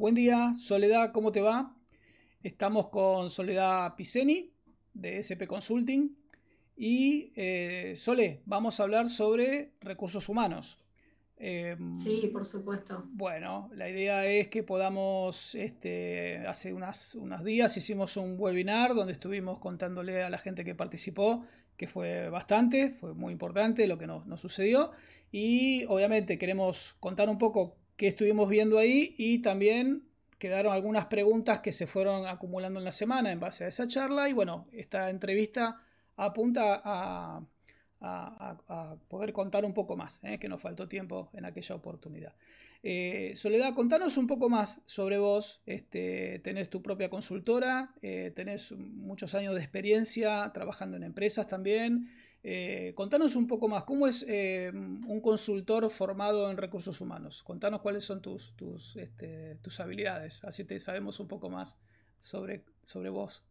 Buen día, Soledad, ¿cómo te va? Estamos con Soledad Piceni de SP Consulting y Sole, vamos a hablar sobre recursos humanos. Eh, Sí, por supuesto. bueno, la idea es que podamos, hace unos días hicimos un webinar donde estuvimos contándole a la gente que participó, que fue bastante, fue muy importante lo que nos sucedió. Y obviamente queremos contar un poco qué estuvimos viendo ahí y también quedaron algunas preguntas que se fueron acumulando en la semana en base a esa charla. Y bueno, esta entrevista apunta a poder contar un poco más, que nos faltó tiempo en aquella oportunidad. Soledad, contanos un poco más sobre vos. Tenés tu propia consultora, tenés muchos años de experiencia trabajando en empresas también. Contanos un poco más, ¿cómo es un consultor formado en recursos humanos? Contanos cuáles son tus habilidades, así te sabemos un poco más sobre vos.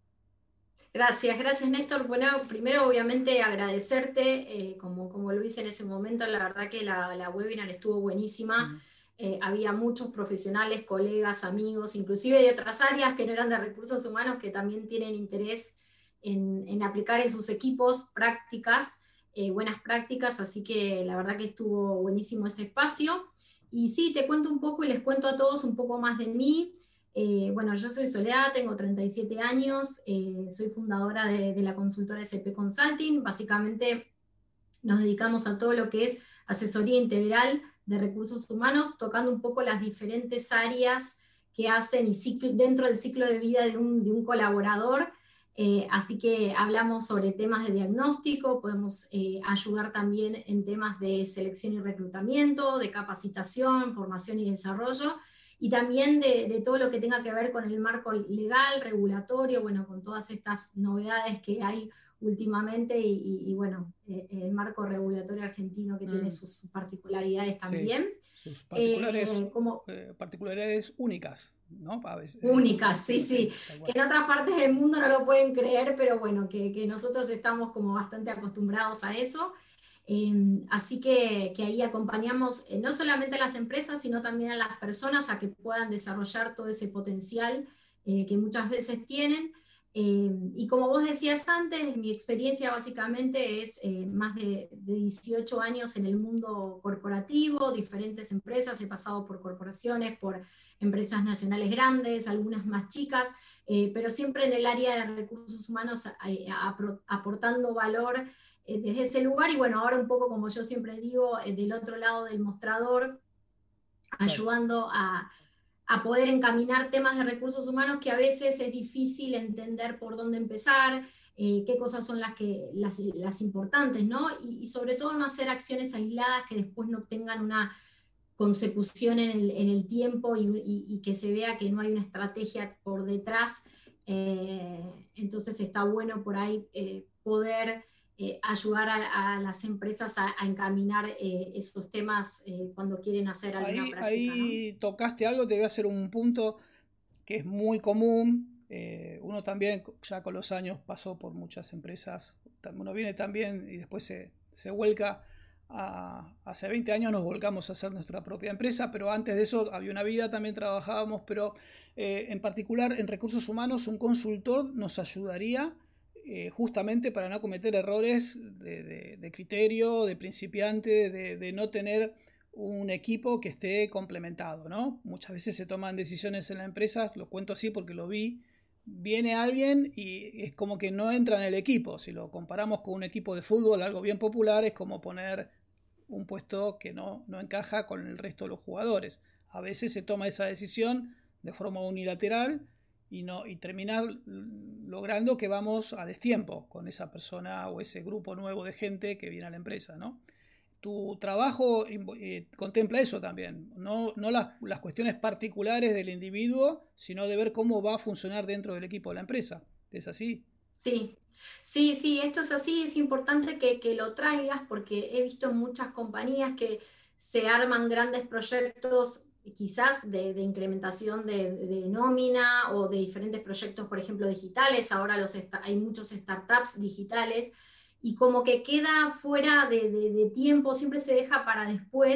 Gracias Néstor. Bueno, primero obviamente agradecerte, como lo hice en ese momento, la verdad que la webinar estuvo buenísima. Mm. Había muchos profesionales, colegas, amigos, inclusive de otras áreas que no eran de recursos humanos, que también tienen interés en aplicar en sus equipos prácticas, buenas prácticas, así que la verdad que estuvo buenísimo este espacio. Y sí, te cuento un poco y les cuento a todos un poco más de mí. Bueno, yo soy Soledad, tengo 37 años, soy fundadora de la consultora SP Consulting. Básicamente nos dedicamos a todo lo que es asesoría integral de recursos humanos, tocando un poco las diferentes áreas que hacen dentro del ciclo de vida de un colaborador. Así que hablamos sobre temas de diagnóstico, podemos ayudar también en temas de selección y reclutamiento, de capacitación, formación y desarrollo, y también de todo lo que tenga que ver con el marco legal, regulatorio, bueno, con todas estas novedades que hay últimamente y bueno, el marco regulatorio argentino que tiene Mm. sus particularidades Sí, también. sus particulares, Como particularidades únicas, ¿no? A veces, únicas, sí, sí, sí, tal que cual. en otras partes del mundo no lo pueden creer, pero bueno, que nosotros estamos como bastante acostumbrados a eso. Eh, Así que ahí acompañamos no solamente a las empresas, sino también a las personas a que puedan desarrollar todo ese potencial que muchas veces tienen. Y como vos decías antes, mi experiencia básicamente es más de 18 años en el mundo corporativo, diferentes empresas, he pasado por corporaciones, por empresas nacionales grandes, algunas más chicas, pero siempre en el área de recursos humanos aportando valor desde ese lugar. Y bueno, ahora un poco como yo siempre digo, del otro lado del mostrador, Claro. ayudando a poder encaminar temas de recursos humanos que a veces es difícil entender por dónde empezar, qué cosas son las importantes, ¿no? Y sobre todo no hacer acciones aisladas que después no tengan una consecución en el tiempo y que se vea que no hay una estrategia por detrás. Entonces está bueno por ahí poder ayudar a las empresas a encaminar esos temas cuando quieren hacer alguna práctica, ¿no? Ahí tocaste algo, te voy a hacer un punto que es muy común. Uno también ya con los años pasó por muchas empresas. Uno viene también y después se vuelca hace 20 años nos volcamos a hacer nuestra propia empresa, pero antes de eso había una vida, también trabajábamos, pero en particular en recursos humanos un consultor nos ayudaría justamente para no cometer errores de criterio, de principiante, de no tener un equipo que esté complementado, ¿no? Muchas veces se toman decisiones en las empresas, lo cuento así porque lo vi, viene alguien y es como que no entra en el equipo. Si lo comparamos con un equipo de fútbol, algo bien popular, es como poner un puesto que no encaja con el resto de los jugadores. A veces se toma esa decisión de forma unilateral y terminar logrando que vamos a destiempo con esa persona o ese grupo nuevo de gente que viene a la empresa, ¿no? Tu trabajo contempla eso también, no las cuestiones particulares del individuo, sino de ver cómo va a funcionar dentro del equipo de la empresa. ¿Es así? Sí, sí, sí, esto es así, es importante que lo traigas porque he visto muchas compañías que se arman grandes proyectos quizás de incrementación de nómina o de diferentes proyectos, por ejemplo, digitales. Ahora hay muchos startups digitales y como que queda fuera de tiempo, siempre se deja para después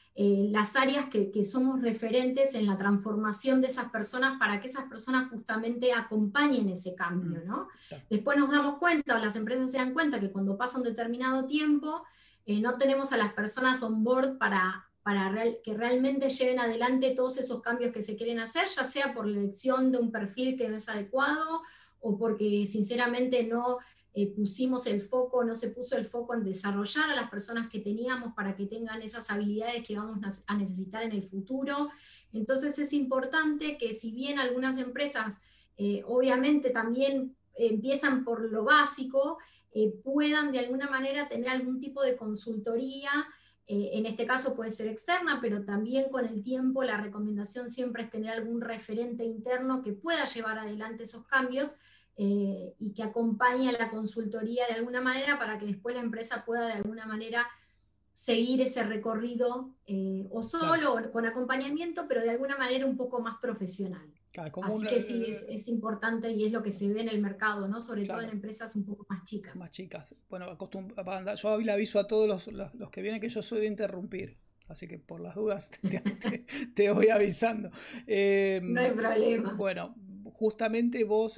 las áreas que somos referentes en la transformación de esas personas para que esas personas justamente acompañen ese cambio, ¿no? Claro. Después nos damos cuenta, o las empresas se dan cuenta que cuando pasa un determinado tiempo, no tenemos a las personas on board para que realmente lleven adelante todos esos cambios que se quieren hacer, ya sea por la elección de un perfil que no es adecuado, o porque sinceramente no pusimos el foco, no se puso el foco en desarrollar a las personas que teníamos para que tengan esas habilidades que vamos a necesitar en el futuro. Entonces es importante que, si bien algunas empresas obviamente también empiezan por lo básico, puedan de alguna manera tener algún tipo de consultoría. En este caso puede ser externa, pero también con el tiempo la recomendación siempre es tener algún referente interno que pueda llevar adelante esos cambios, y que acompañe a la consultoría de alguna manera para que después la empresa pueda de alguna manera seguir ese recorrido, o Claro. solo o con acompañamiento, pero de alguna manera un poco más profesional. Claro, como Así que sí, es importante, y es lo que se ve en el mercado, ¿no? Sobre todo en claro, empresas un poco más chicas. más chicas. Bueno, yo le aviso a todos los que vienen que yo soy de interrumpir. Así que por las dudas te voy avisando. No hay problema. Bueno, justamente vos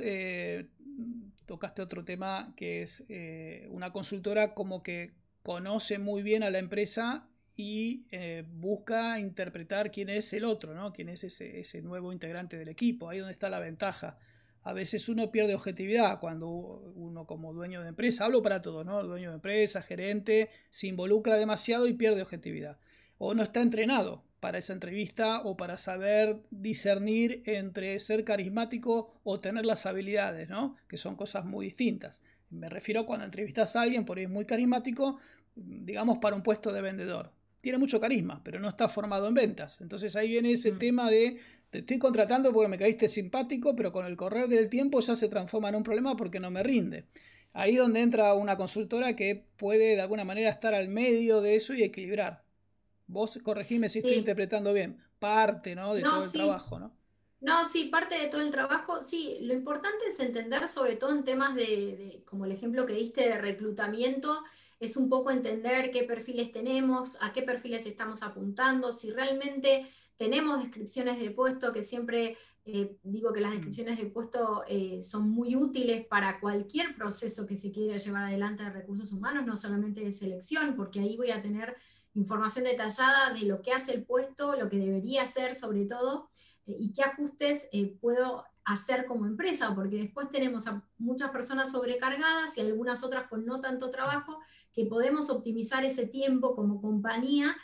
tocaste otro tema que es una consultora como que conoce muy bien a la empresa y busca interpretar quién es el otro, ¿no? Quién es ese nuevo integrante del equipo. Ahí donde está la ventaja. A veces uno pierde objetividad cuando uno, como dueño de empresa, hablo para todos, ¿no? Dueño de empresa, gerente, se involucra demasiado y pierde objetividad. O no está entrenado para esa entrevista o para saber discernir entre ser carismático o tener las habilidades, ¿no? Que son cosas muy distintas. Me refiero a cuando entrevistas a alguien, por ahí es muy carismático, digamos para un puesto de vendedor. Tiene mucho carisma, pero no está formado en ventas. Entonces ahí viene ese tema de te estoy contratando porque me caíste simpático, pero con el correr del tiempo ya se transforma en un problema porque no me rinde. Ahí donde entra una consultora que puede de alguna manera estar al medio de eso y equilibrar. Vos corregime si estoy Sí, interpretando bien. Parte, ¿no? De no, todo el sí. trabajo, ¿no? No, sí, parte de todo el trabajo, sí, lo importante es entender, sobre todo en temas como el ejemplo que diste de reclutamiento, es un poco entender qué perfiles tenemos, a qué perfiles estamos apuntando, si realmente tenemos descripciones de puesto, que siempre digo que las descripciones de puesto son muy útiles para cualquier proceso que se quiera llevar adelante de recursos humanos, no solamente de selección, porque ahí voy a tener información detallada de lo que hace el puesto, lo que debería hacer sobre todo, y qué ajustes puedo hacer como empresa, porque después tenemos a muchas personas sobrecargadas y algunas otras con no tanto trabajo, que podemos optimizar ese tiempo como compañía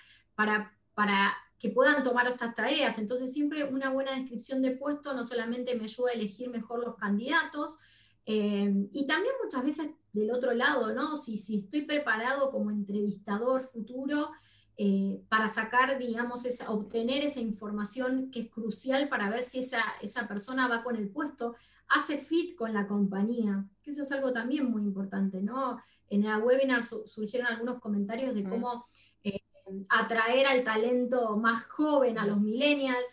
para que puedan tomar estas tareas. Entonces siempre una buena descripción de puesto no solamente me ayuda a elegir mejor los candidatos, y también muchas veces del otro lado, ¿no? Si estoy preparado como entrevistador futuro, para sacar, digamos, obtener esa información que es crucial para ver si esa persona va con el puesto, hace fit con la compañía, que eso es algo también muy importante, ¿no? En el webinar surgieron algunos comentarios de cómo atraer al talento más joven, a los millennials,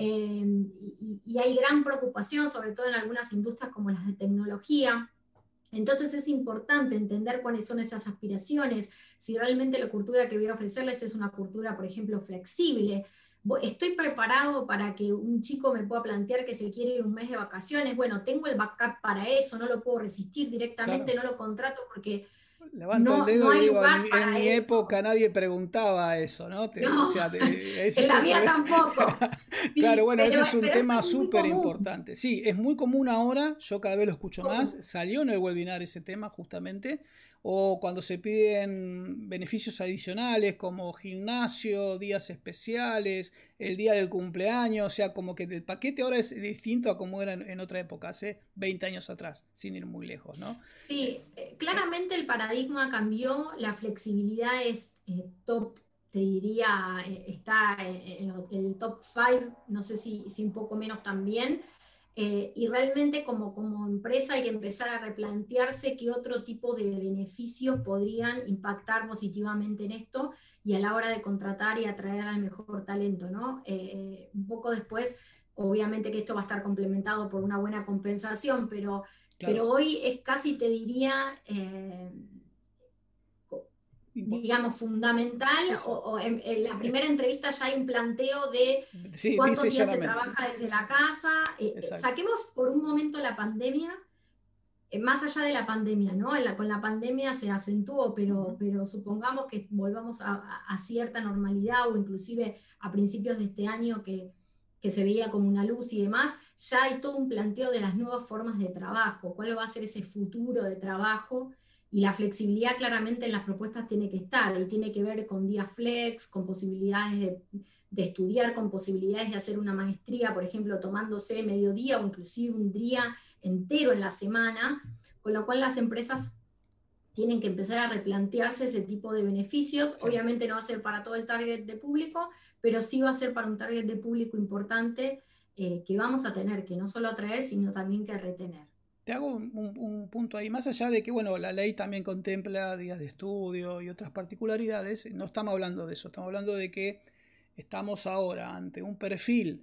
y hay gran preocupación, sobre todo en algunas industrias como las de tecnología. Entonces es importante entender cuáles son esas aspiraciones, si realmente la cultura que voy a ofrecerles es una cultura, por ejemplo, flexible. ¿Estoy preparado para que un chico me pueda plantear que se quiere ir un mes de vacaciones? Bueno, tengo el backup para eso, no lo puedo resistir directamente, Claro. no lo contrato porque Levanto el no dedo y hay digo, lugar en para mi eso. época nadie preguntaba eso, ¿no? O No, sea, ese en es la el mía problema. tampoco. Claro, Sí, bueno, ese pero es un esto tema es muy súper común. importante. Sí, es muy común ahora, yo cada vez lo escucho más, común. salió en el webinar ese tema justamente, o cuando se piden beneficios adicionales como gimnasio, días especiales, el día del cumpleaños, o sea, como que el paquete ahora es distinto a como era en otra época, hace 20 años atrás, sin ir muy lejos, ¿no? Sí, claramente el paradigma cambió, la flexibilidad es top, te diría, está en el top 5, no sé si un poco menos también, y realmente como empresa hay que empezar a replantearse qué otro tipo de beneficios podrían impactar positivamente en esto y a la hora de contratar y atraer al mejor talento, ¿no? Un poco después, obviamente que esto va a estar complementado por una buena compensación, Claro. pero hoy es casi, te diría, digamos, fundamental, o en la primera entrevista ya hay un planteo de Sí, cuántos dice días se llanamente. trabaja desde la casa. Exacto. Saquemos por un momento la pandemia, más allá de la pandemia, ¿no? Con la pandemia se acentuó, pero supongamos que volvamos a cierta normalidad, o inclusive a principios de este año que se veía como una luz y demás, ya hay todo un planteo de las nuevas formas de trabajo, cuál va a ser ese futuro de trabajo, y la flexibilidad claramente en las propuestas tiene que estar, y tiene que ver con días flex, con posibilidades de estudiar, con posibilidades de hacer una maestría, por ejemplo, tomándose mediodía o inclusive un día entero en la semana, con lo cual las empresas tienen que empezar a replantearse ese tipo de beneficios. Sí. Obviamente no va a ser para todo el target de público, pero sí va a ser para un target de público importante, que vamos a tener que no solo atraer, sino también que retener. Te hago un punto ahí, más allá de que, bueno, la ley también contempla días de estudio y otras particularidades, no estamos hablando de eso, estamos hablando de que estamos ahora ante un perfil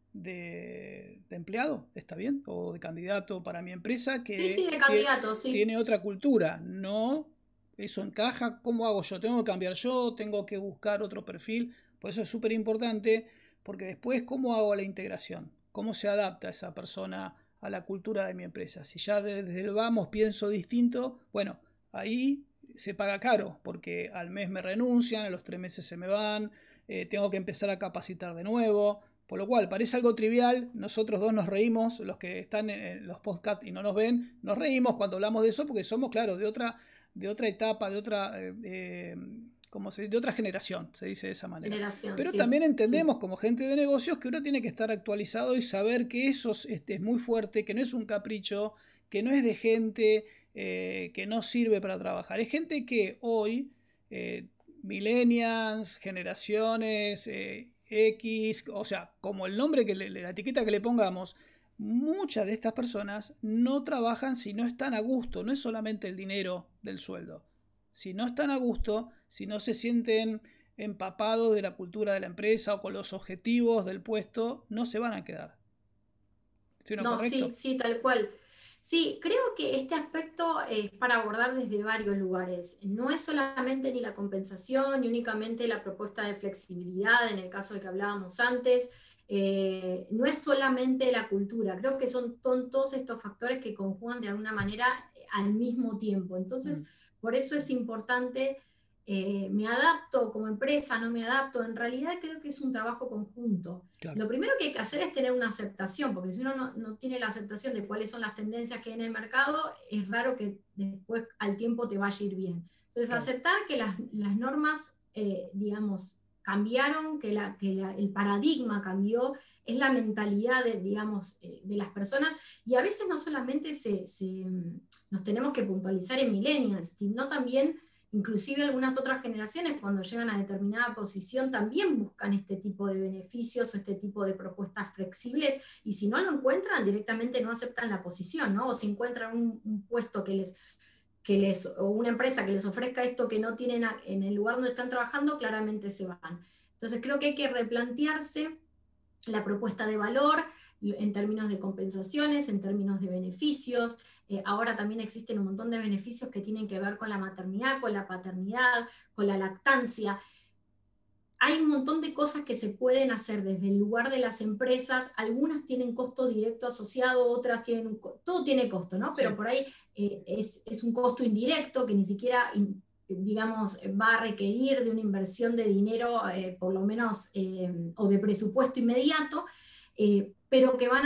de empleado, ¿está bien? O de candidato para mi empresa Sí, sí, que de candidatos, sí. tiene otra cultura, no, eso encaja, ¿cómo hago yo? ¿Tengo que cambiar yo? ¿Tengo que buscar otro perfil? Por eso es súper importante, porque después, ¿cómo hago la integración? ¿Cómo se adapta esa persona a la cultura de mi empresa? Si ya desde el vamos pienso distinto, bueno, ahí se paga caro, porque al mes me renuncian, a los 3 meses se me van, tengo que empezar a capacitar de nuevo, por lo cual parece algo trivial, nosotros dos nos reímos, los que están en los podcasts y no nos ven, nos reímos cuando hablamos de eso, porque somos, claro, de otra etapa, de otra... de otra generación, se dice de esa manera. Generación, Pero sí, también sí. entendemos como gente de negocios que uno tiene que estar actualizado y saber que eso es muy fuerte, que no es un capricho, que no es de gente que no sirve para trabajar. Es gente que hoy, millennials, generaciones X, o sea, como el nombre, la etiqueta que le pongamos, muchas de estas personas no trabajan si no están a gusto, no es solamente el dinero del sueldo. Si no están a gusto, si no se sienten empapados de la cultura de la empresa o con los objetivos del puesto, no se van a quedar. ¿Estoy no No, correcto? sí, sí, tal cual. Sí, creo que este aspecto es para abordar desde varios lugares. No es solamente ni la compensación, ni únicamente la propuesta de flexibilidad, en el caso de que hablábamos antes. No es solamente la cultura. Creo que son todos estos factores que conjugan de alguna manera al mismo tiempo. Entonces, por eso es importante. Me adapto como empresa, no me adapto. En realidad creo que es un trabajo conjunto. Claro. Lo primero que hay que hacer es tener una aceptación, porque si uno no tiene la aceptación de cuáles son las tendencias que hay en el mercado, es raro que después al tiempo te vaya a ir bien. Entonces, Claro. aceptar que las normas, digamos, cambiaron, el paradigma cambió, es la mentalidad digamos, de las personas, y a veces no solamente nos tenemos que puntualizar en millennials, sino también inclusive algunas otras generaciones cuando llegan a determinada posición también buscan este tipo de beneficios o este tipo de propuestas flexibles, y si no lo encuentran directamente no aceptan la posición, ¿no? O si encuentran un puesto o una empresa que les ofrezca esto que no tienen en el lugar donde están trabajando, claramente se van. Entonces creo que hay que replantearse la propuesta de valor en términos de compensaciones, en términos de beneficios. Ahora también existen un montón de beneficios que tienen que ver con la maternidad, con la paternidad, con la lactancia. Hay un montón de cosas que se pueden hacer desde el lugar de las empresas. Algunas tienen costo directo asociado, otras tienen todo tiene costo, ¿no? Pero Sí. por ahí es un costo indirecto que ni siquiera, digamos, va a requerir de una inversión de dinero, por lo menos, o de presupuesto inmediato, pero que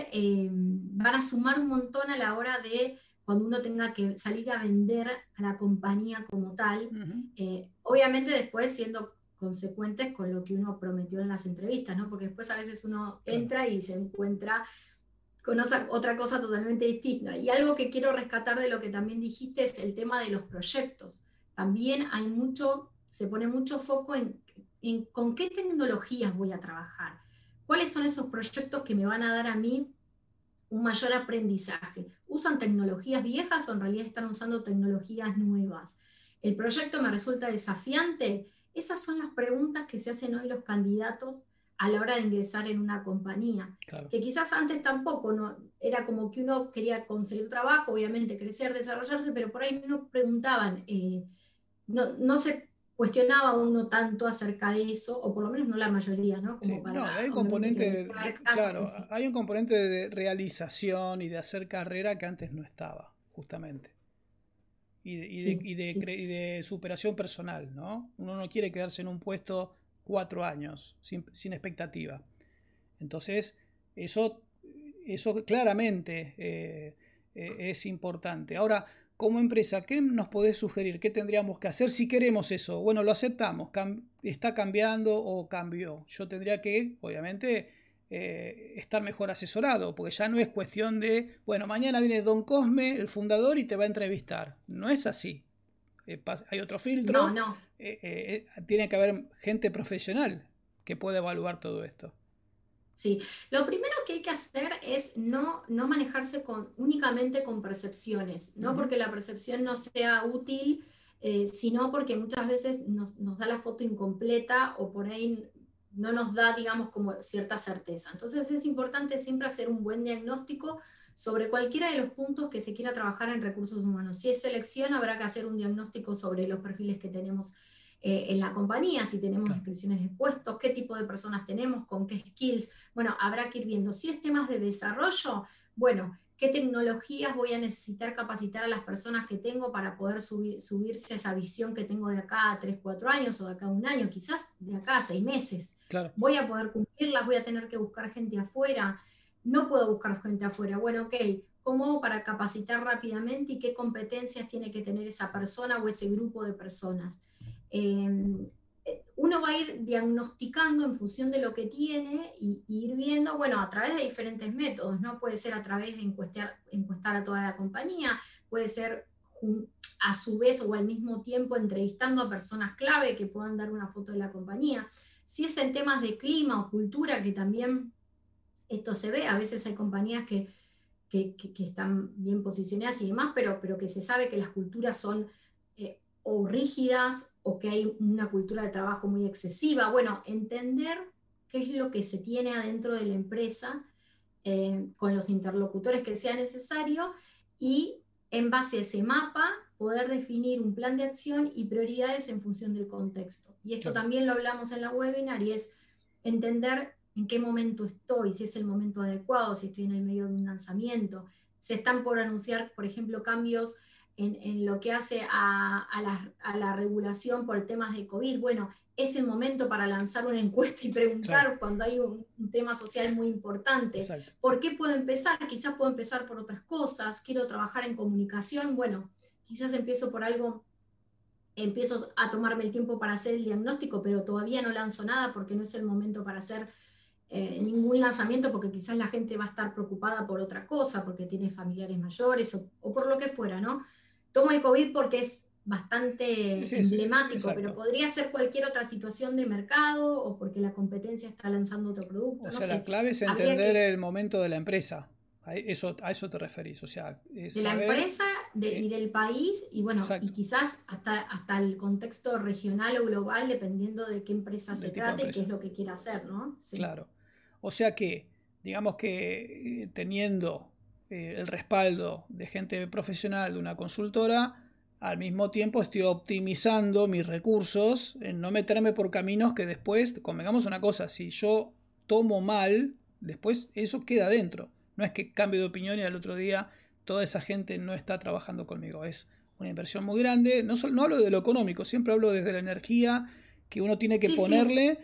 van a sumar un montón a la hora de cuando uno tenga que salir a vender a la compañía como tal. Obviamente después siendo consecuentes con lo que uno prometió en las entrevistas, ¿no? Porque después a veces uno Claro. entra y se encuentra con otra cosa totalmente distinta. Y algo que quiero rescatar de lo que también dijiste es el tema de los proyectos. También se pone mucho foco en con qué tecnologías voy a trabajar, cuáles son esos proyectos que me van a dar a mí un mayor aprendizaje. ¿Usan tecnologías viejas o en realidad están usando tecnologías nuevas? ¿El proyecto me resulta desafiante? Esas son las preguntas que se hacen hoy los candidatos a la hora de ingresar en una compañía. Claro. Que quizás antes tampoco, ¿no? Era como que uno quería conseguir trabajo, obviamente crecer, desarrollarse, pero por ahí no preguntaban, no se cuestionaba uno tanto acerca de eso, o por lo menos no la mayoría, ¿no? Sí, Como no, para, hay un obviamente que componente, debe haber casos que claro, sí. hay un componente de realización y de hacer carrera que antes no estaba, justamente. Sí, sí. Y de superación personal, ¿no? Uno no quiere quedarse en un puesto 4 años sin expectativa. Entonces, eso, eso claramente es importante. Ahora, como empresa, ¿qué nos podés sugerir? ¿Qué tendríamos que hacer si queremos eso? Bueno, lo aceptamos, está cambiando o cambió. Yo tendría que, obviamente, estar mejor asesorado, porque ya no es cuestión de, bueno, mañana viene Don Cosme, el fundador, y te va a entrevistar. No es así. Hay otro No, filtro, no. tiene que haber gente profesional que pueda evaluar todo esto. Sí, lo primero que hay que hacer es no manejarse únicamente con percepciones, no Ujú. porque la percepción no sea útil, sino porque muchas veces nos da la foto incompleta o por ahí no nos da, digamos, como cierta certeza. Entonces es importante siempre hacer un buen diagnóstico sobre cualquiera de los puntos que se quiera trabajar en recursos humanos. Si es selección, habrá que hacer un diagnóstico sobre los perfiles que tenemos en la compañía, si tenemos Claro. descripciones de puestos, qué tipo de personas tenemos, con qué skills. Bueno, habrá que ir viendo. Si es temas de desarrollo, bueno, qué tecnologías voy a necesitar capacitar a las personas que tengo para poder subirse a esa visión que tengo de acá a 3 4 años o de acá a un año, quizás de acá a 6 meses. Claro. Voy a poder cumplirlas, voy a tener que buscar gente afuera. No puedo buscar gente afuera. Bueno, ok, ¿cómo hago para capacitar rápidamente y qué competencias tiene que tener esa persona o ese grupo de personas? Eh, Uno va a ir diagnosticando en función de lo que tiene y ir viendo, bueno, a través de diferentes métodos, ¿no? Puede ser a través de encuestar a toda la compañía, puede ser a su vez o al mismo tiempo entrevistando a personas clave que puedan dar una foto de la compañía. Si es en temas de clima o cultura, que también esto se ve, a veces hay compañías que están bien posicionadas y demás, pero que se sabe que las culturas son o rígidas o que hay una cultura de trabajo muy excesiva. Bueno, entender qué es lo que se tiene adentro de la empresa con los interlocutores que sea necesario y en base a ese mapa poder definir un plan de acción y prioridades en función del contexto. Y esto Claro. también lo hablamos en la webinar y es entender en qué momento estoy, si es el momento adecuado, si estoy en el medio de un lanzamiento. Se están por anunciar, por ejemplo, cambios en lo que hace a la regulación por temas de COVID. Bueno, es el momento para lanzar una encuesta y Claro. preguntar cuando hay un tema social muy importante. Exacto. ¿Por qué puedo empezar? Quizás puedo empezar por otras cosas. Quiero trabajar en comunicación. Bueno, quizás empiezo por algo, empiezo a tomarme el tiempo para hacer el diagnóstico, pero todavía no lanzo nada porque no es el momento para hacer ningún lanzamiento porque quizás la gente va a estar preocupada por otra cosa, porque tiene familiares mayores o por lo que fuera, ¿no? Tomo el COVID porque es Sí, bastante sí, emblemático, pero exacto. podría ser cualquier otra situación de mercado o porque la competencia está lanzando otro O producto, no sea, la sé. clave es Habría entender que, el momento de la empresa. A eso te referís. O sea, es de la saber. empresa y eh, del país, y bueno, y exacto. quizás hasta el contexto regional o global, dependiendo de qué empresa De se tipo de trate y qué es empresa. lo que quiera hacer, ¿no? Sí. Claro. O sea que, digamos que teniendo el respaldo de gente profesional de una consultora, al mismo tiempo estoy optimizando mis recursos en no meterme por caminos que después, convengamos una cosa, si yo tomo mal, después eso queda dentro. No es que cambie de opinión y al otro día toda esa gente no está trabajando conmigo. Es una inversión muy grande. No hablo de lo económico, siempre hablo desde la energía que uno tiene que Sí, sí. ponerle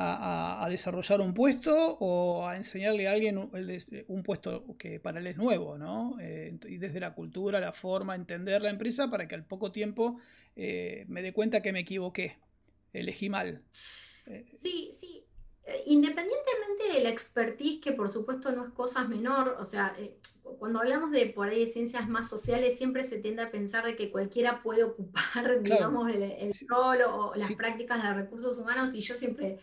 a desarrollar un puesto o a enseñarle a alguien un puesto que para él es nuevo, ¿no? Y desde la cultura, la forma, entender la empresa para que al poco tiempo me dé cuenta que me equivoqué, elegí mal. Eh, Sí, sí. Independientemente de la expertise, que por supuesto no es cosa menor, o sea, cuando hablamos de por ahí de ciencias más sociales, siempre se tiende a pensar de que cualquiera puede ocupar, claro, digamos, el si, rol o las si, prácticas de recursos humanos, y yo siempre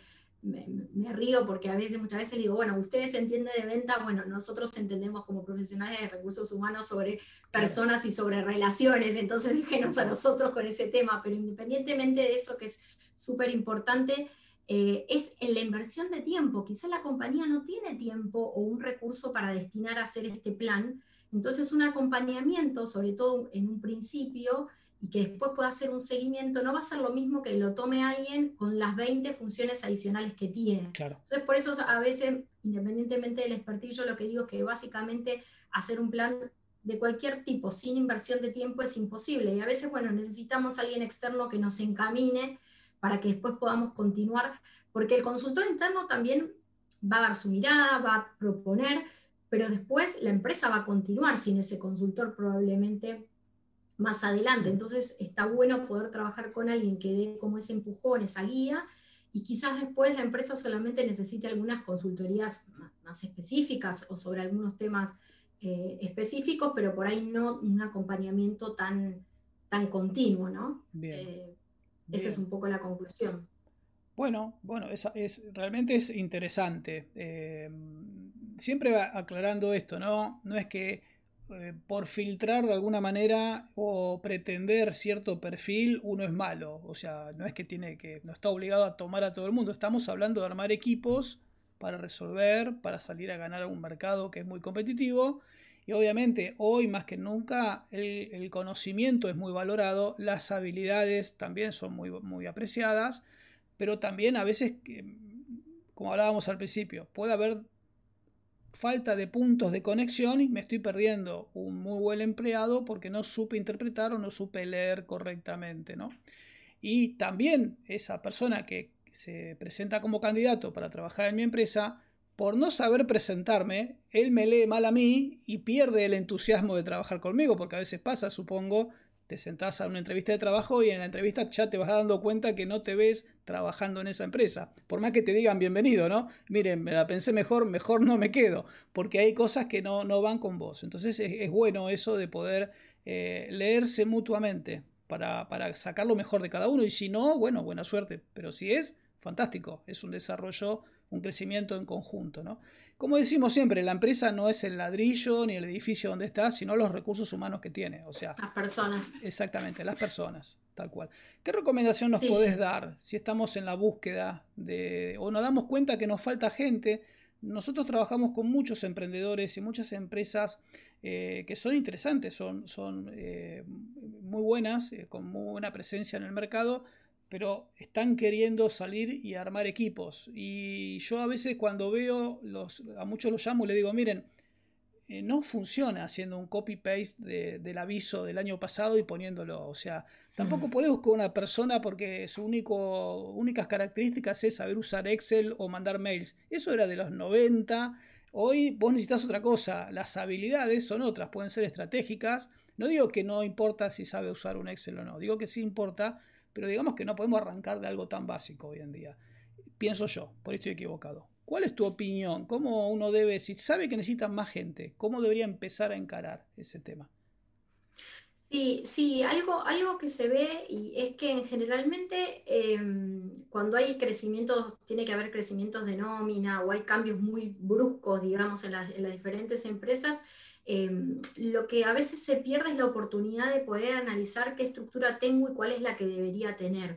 me río porque muchas veces digo, bueno, ustedes entienden de venta, bueno, nosotros entendemos como profesionales de recursos humanos sobre claro, personas y sobre relaciones, entonces déjenos a nosotros con ese tema, pero independientemente de eso que es súper importante, es en la inversión de tiempo. Quizás la compañía no tiene tiempo o un recurso para destinar a hacer este plan. Entonces, un acompañamiento, sobre todo en un principio, y que después pueda hacer un seguimiento, no va a ser lo mismo que lo tome alguien con las 20 funciones adicionales que tiene. Claro. Entonces, por eso a veces, independientemente del expertise, yo lo que digo es que básicamente hacer un plan de cualquier tipo, sin inversión de tiempo, es imposible. Y a veces, bueno, necesitamos a alguien externo que nos encamine para que después podamos continuar, porque el consultor interno también va a dar su mirada, va a proponer, pero después la empresa va a continuar sin ese consultor probablemente más adelante. Entonces está bueno poder trabajar con alguien que dé como ese empujón, esa guía, y quizás después la empresa solamente necesite algunas consultorías más específicas o sobre algunos temas específicos, pero por ahí no un acompañamiento tan continuo, ¿no? Bien, Esa es bien. un poco la conclusión. Bueno, realmente es interesante. Siempre aclarando esto, ¿no? No es que por filtrar de alguna manera o pretender cierto perfil uno es malo. O sea, no es que no está obligado a tomar a todo el mundo. Estamos hablando de armar equipos para resolver, para salir a ganar a un mercado que es muy competitivo. Y obviamente hoy más que nunca el conocimiento es muy valorado, las habilidades también son muy apreciadas, pero también a veces, como hablábamos al principio, puede haber falta de puntos de conexión y me estoy perdiendo un muy buen empleado porque no supe interpretar o no supe leer correctamente, ¿no? Y también esa persona que se presenta como candidato para trabajar en mi empresa, por no saber presentarme, él me lee mal a mí y pierde el entusiasmo de trabajar conmigo, porque a veces pasa, supongo, te sentás a una entrevista de trabajo y en la entrevista ya te vas dando cuenta que no te ves trabajando en esa empresa. Por más que te digan bienvenido, ¿no? Miren, me la pensé mejor, mejor no me quedo, porque hay cosas que no van con vos. Entonces es bueno eso de poder leerse mutuamente para sacar lo mejor de cada uno. Y si no, bueno, buena suerte. Pero si es, fantástico. Es un desarrollo, un crecimiento en conjunto, ¿no? Como decimos siempre, la empresa no es el ladrillo ni el edificio donde está, sino los recursos humanos que tiene. O sea, Las personas. exactamente, las personas, tal cual. ¿Qué recomendación nos Sí, podés sí. dar si estamos en la búsqueda de, o nos damos cuenta que nos falta gente? Nosotros trabajamos con muchos emprendedores y muchas empresas que son interesantes, son muy buenas, con muy buena presencia en el mercado, pero están queriendo salir y armar equipos. Y yo a veces cuando veo, a muchos los llamo y les digo, miren, no funciona haciendo un copy-paste del aviso del año pasado y poniéndolo. O sea, tampoco podés buscar una persona porque su únicas características es saber usar Excel o mandar mails. Eso era de los 90. Hoy vos necesitas otra cosa. Las habilidades son otras, pueden ser estratégicas. No digo que no importa si sabe usar un Excel o no, digo que sí importa, pero digamos que no podemos arrancar de algo tan básico hoy en día. Pienso yo, por ahí estoy equivocado. ¿Cuál es tu opinión? ¿Cómo uno debe, si sabe que necesitan más gente, cómo debería empezar a encarar ese tema? Sí, sí, algo que se ve y es que generalmente cuando hay crecimientos, tiene que haber crecimientos de nómina o hay cambios muy bruscos, digamos, en las diferentes empresas, lo que a veces se pierde es la oportunidad de poder analizar qué estructura tengo y cuál es la que debería tener.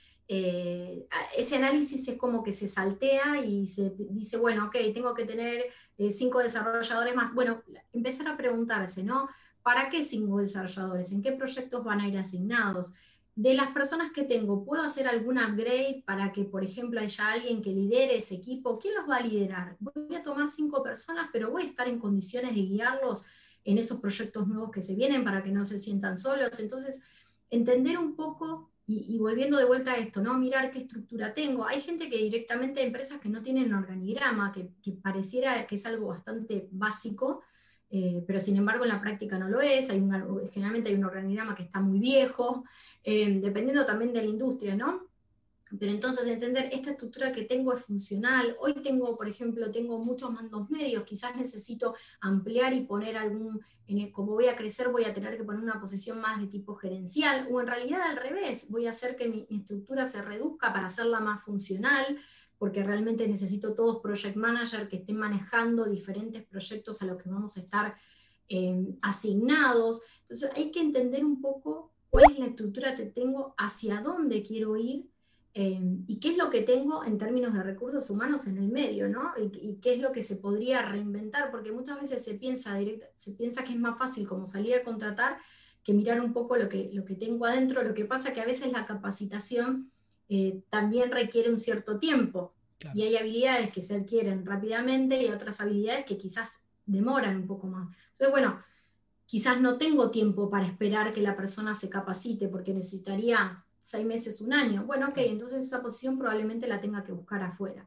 Ese análisis es como que se saltea y se dice, bueno, ok, tengo que tener 5 desarrolladores más. Bueno, empezar a preguntarse, ¿no? ¿Para qué 5 desarrolladores? ¿En qué proyectos van a ir asignados? De las personas que tengo, ¿puedo hacer algún upgrade para que, por ejemplo, haya alguien que lidere ese equipo? ¿Quién los va a liderar? Voy a tomar 5 personas, pero voy a estar en condiciones de guiarlos en esos proyectos nuevos que se vienen para que no se sientan solos. Entonces, entender un poco y volviendo de vuelta a esto, ¿no? Mirar qué estructura tengo. Hay gente que directamente, empresas que no tienen organigrama, que pareciera que es algo bastante básico, pero sin embargo en la práctica no lo es. Generalmente hay un organigrama que está muy viejo, dependiendo también de la industria, ¿no? Pero entonces entender, esta estructura que tengo es funcional. Hoy tengo, por ejemplo, tengo muchos mandos medios, quizás necesito ampliar y poner como voy a crecer, voy a tener que poner una posición más de tipo gerencial, o en realidad al revés, voy a hacer que mi estructura se reduzca para hacerla más funcional, porque realmente necesito todos project manager que estén manejando diferentes proyectos a los que vamos a estar asignados. Entonces hay que entender un poco cuál es la estructura que tengo, hacia dónde quiero ir, y qué es lo que tengo en términos de recursos humanos en el medio, ¿no? Y qué es lo que se podría reinventar, porque muchas veces se piensa que es más fácil como salir a contratar que mirar un poco lo que tengo adentro. Lo que pasa que a veces la capacitación también requiere un cierto tiempo, Claro. y hay habilidades que se adquieren rápidamente y otras habilidades que quizás demoran un poco más. Entonces, bueno, quizás no tengo tiempo para esperar que la persona se capacite porque necesitaría 6 meses, un año. Bueno, ok, Claro. entonces esa posición probablemente la tenga que buscar afuera.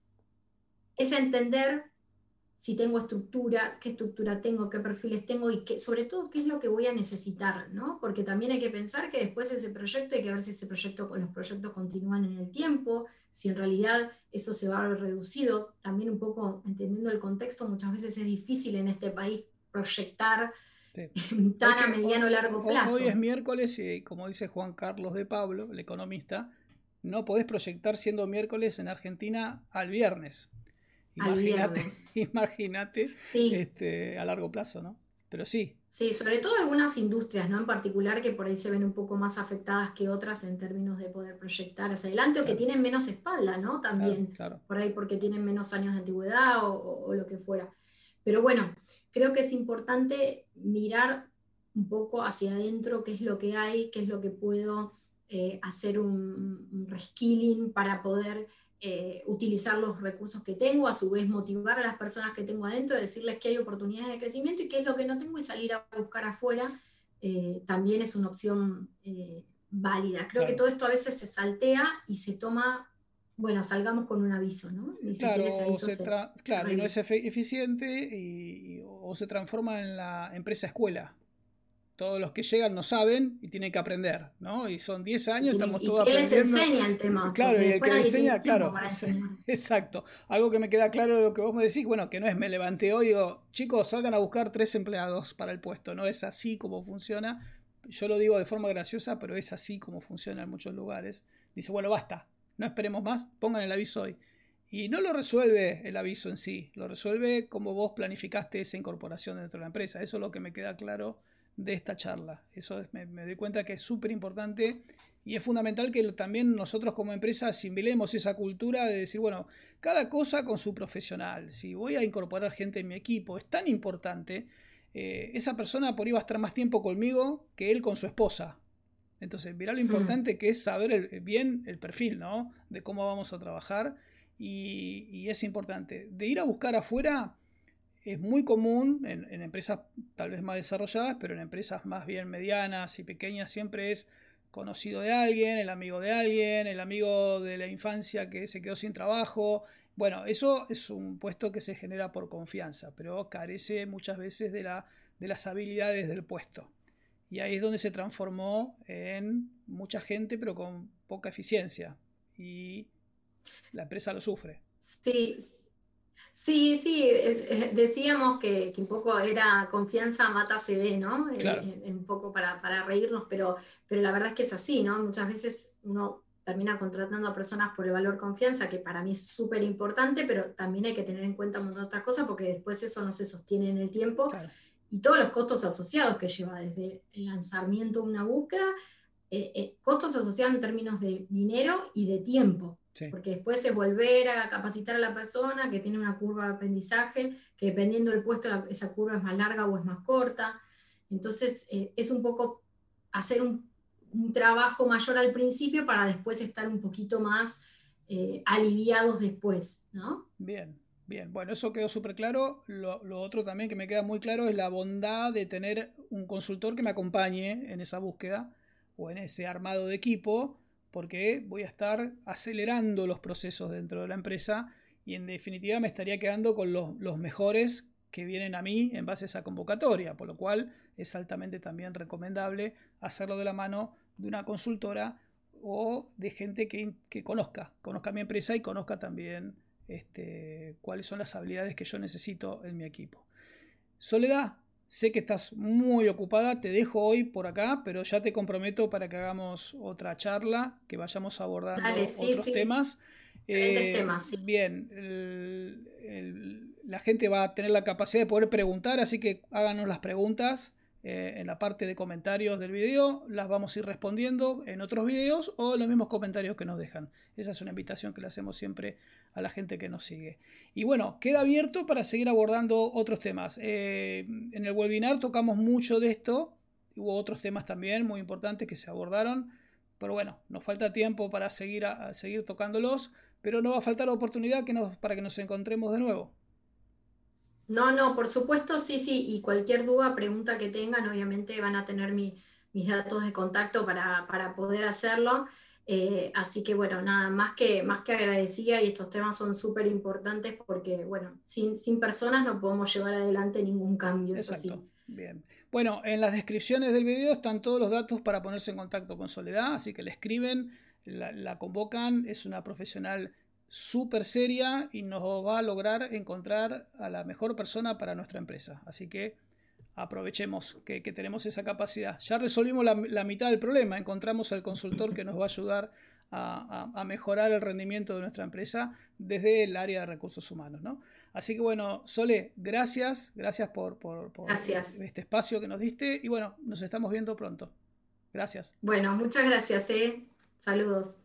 Es entender si tengo estructura, qué estructura tengo, qué perfiles tengo y sobre todo qué es lo que voy a necesitar, ¿no? Porque también hay que pensar que después ese proyecto hay que ver si ese proyecto, los proyectos continúan en el tiempo, si en realidad eso se va a ver reducido. También un poco entendiendo el contexto, muchas veces es difícil en este país proyectar Sí. tan a mediano o largo Hoy es plazo. miércoles y como dice Juan Carlos de Pablo, el economista, no podés proyectar siendo miércoles en Argentina al viernes. Al Imagínate, viernes. imagínate Sí, a largo plazo, ¿no? Pero sí, sí, sobre todo algunas industrias, ¿no? En particular, que por ahí se ven un poco más afectadas que otras en términos de poder proyectar hacia adelante, o que claro, tienen menos espalda, ¿no? claro, También, claro. por ahí porque tienen menos años de antigüedad o lo que fuera. Pero bueno, creo que es importante mirar un poco hacia adentro qué es lo que hay, qué es lo que puedo hacer un reskilling para poder utilizar los recursos que tengo, a su vez motivar a las personas que tengo adentro, decirles que hay oportunidades de crecimiento y qué es lo que no tengo y salir a buscar afuera, también es una opción válida. Creo que Claro. todo esto a veces se saltea y se toma, bueno, salgamos con un aviso, ¿no? Ni siquiera ese Claro, aviso se claro, y no es revisa. eficiente o se transforma en la empresa escuela. Todos los que llegan no saben y tienen que aprender, ¿no? Y son 10 años, estamos ¿Y todos quién les aprendiendo. enseña el tema? Claro, Porque y el después que le nadie tiene enseña, tiempo claro, para enseñar. exacto. Algo que me queda claro de lo que vos me decís, bueno, que no es me levanté hoy y digo, chicos, salgan a buscar 3 empleados para el puesto. No es así como funciona. Yo lo digo de forma graciosa, pero es así como funciona en muchos lugares. Dice, bueno, basta, no esperemos más, pongan el aviso hoy. Y no lo resuelve el aviso en sí, lo resuelve como vos planificaste esa incorporación dentro de la empresa. Eso es lo que me queda claro de esta charla. Eso me doy cuenta que es súper importante y es fundamental que también nosotros como empresa asimilemos esa cultura de decir, bueno, cada cosa con su profesional. Si voy a incorporar gente en mi equipo, es tan importante. Esa persona por ahí va a estar más tiempo conmigo que él con su esposa. Entonces, mirá lo Hmm. importante que es saber bien el perfil, ¿no? De cómo vamos a trabajar. Y es importante. De ir a buscar afuera es muy común en empresas tal vez más desarrolladas, pero en empresas más bien medianas y pequeñas siempre es conocido de alguien, el amigo de la infancia que se quedó sin trabajo. Bueno, eso es un puesto que se genera por confianza, pero carece muchas veces de las habilidades del puesto. Y ahí es donde se transformó en mucha gente, pero con poca eficiencia. Y la empresa lo sufre. Sí, sí, sí, decíamos que un poco era confianza mata se ve, ¿no? Claro, Un poco para reírnos, pero la verdad es que es así, ¿no? Muchas veces uno termina contratando a personas por el valor confianza, que para mí es súper importante, pero también hay que tener en cuenta un montón de otras cosas porque después eso no se sostiene en el tiempo claro. y todos los costos asociados que lleva desde el lanzamiento de una búsqueda, costos asociados en términos de dinero y de tiempo, Sí. porque después es volver a capacitar a la persona que tiene una curva de aprendizaje, que dependiendo del puesto esa curva es más larga o es más corta. Entonces es un poco hacer un trabajo mayor al principio para después estar un poquito más aliviados después, ¿no? Bien, bien. Bueno, eso quedó súper claro. Lo otro también que me queda muy claro es la bondad de tener un consultor que me acompañe en esa búsqueda o en ese armado de equipo, porque voy a estar acelerando los procesos dentro de la empresa y en definitiva me estaría quedando con los mejores que vienen a mí en base a esa convocatoria, por lo cual es altamente también recomendable hacerlo de la mano de una consultora o de gente que conozca mi empresa y conozca también cuáles son las habilidades que yo necesito en mi equipo. Soledad, sé que estás muy ocupada, te dejo hoy por acá, pero ya te comprometo para que hagamos otra charla, que vayamos Dale, abordando sí, otros sí, temas. diferentes temas, sí. Bien, la gente va a tener la capacidad de poder preguntar, así que háganos las preguntas en la parte de comentarios del video, las vamos a ir respondiendo en otros videos o en los mismos comentarios que nos dejan. Esa es una invitación que le hacemos siempre a la gente que nos sigue. Y bueno, queda abierto para seguir abordando otros temas. En el webinar tocamos mucho de esto, hubo otros temas también muy importantes que se abordaron, pero bueno, nos falta tiempo para seguir tocándolos, pero no va a faltar oportunidad para que nos encontremos de nuevo. No, por supuesto, sí, sí, y cualquier duda, pregunta que tengan, obviamente van a tener mis datos de contacto para poder hacerlo. Así que bueno, nada, más que agradecida, y estos temas son súper importantes porque, bueno, sin personas no podemos llevar adelante ningún cambio, eso Exacto, sí. bien. Bueno, en las descripciones del video están todos los datos para ponerse en contacto con Soledad, así que le escriben, la convocan, es una profesional súper seria y nos va a lograr encontrar a la mejor persona para nuestra empresa. Así que aprovechemos que tenemos esa capacidad. Ya resolvimos la mitad del problema, encontramos al consultor que nos va a ayudar a mejorar el rendimiento de nuestra empresa desde el área de recursos humanos, ¿no? Así que bueno, Sole, gracias por Gracias. este espacio que nos diste y bueno, nos estamos viendo pronto. Gracias. Bueno, muchas gracias, ¿eh? Saludos.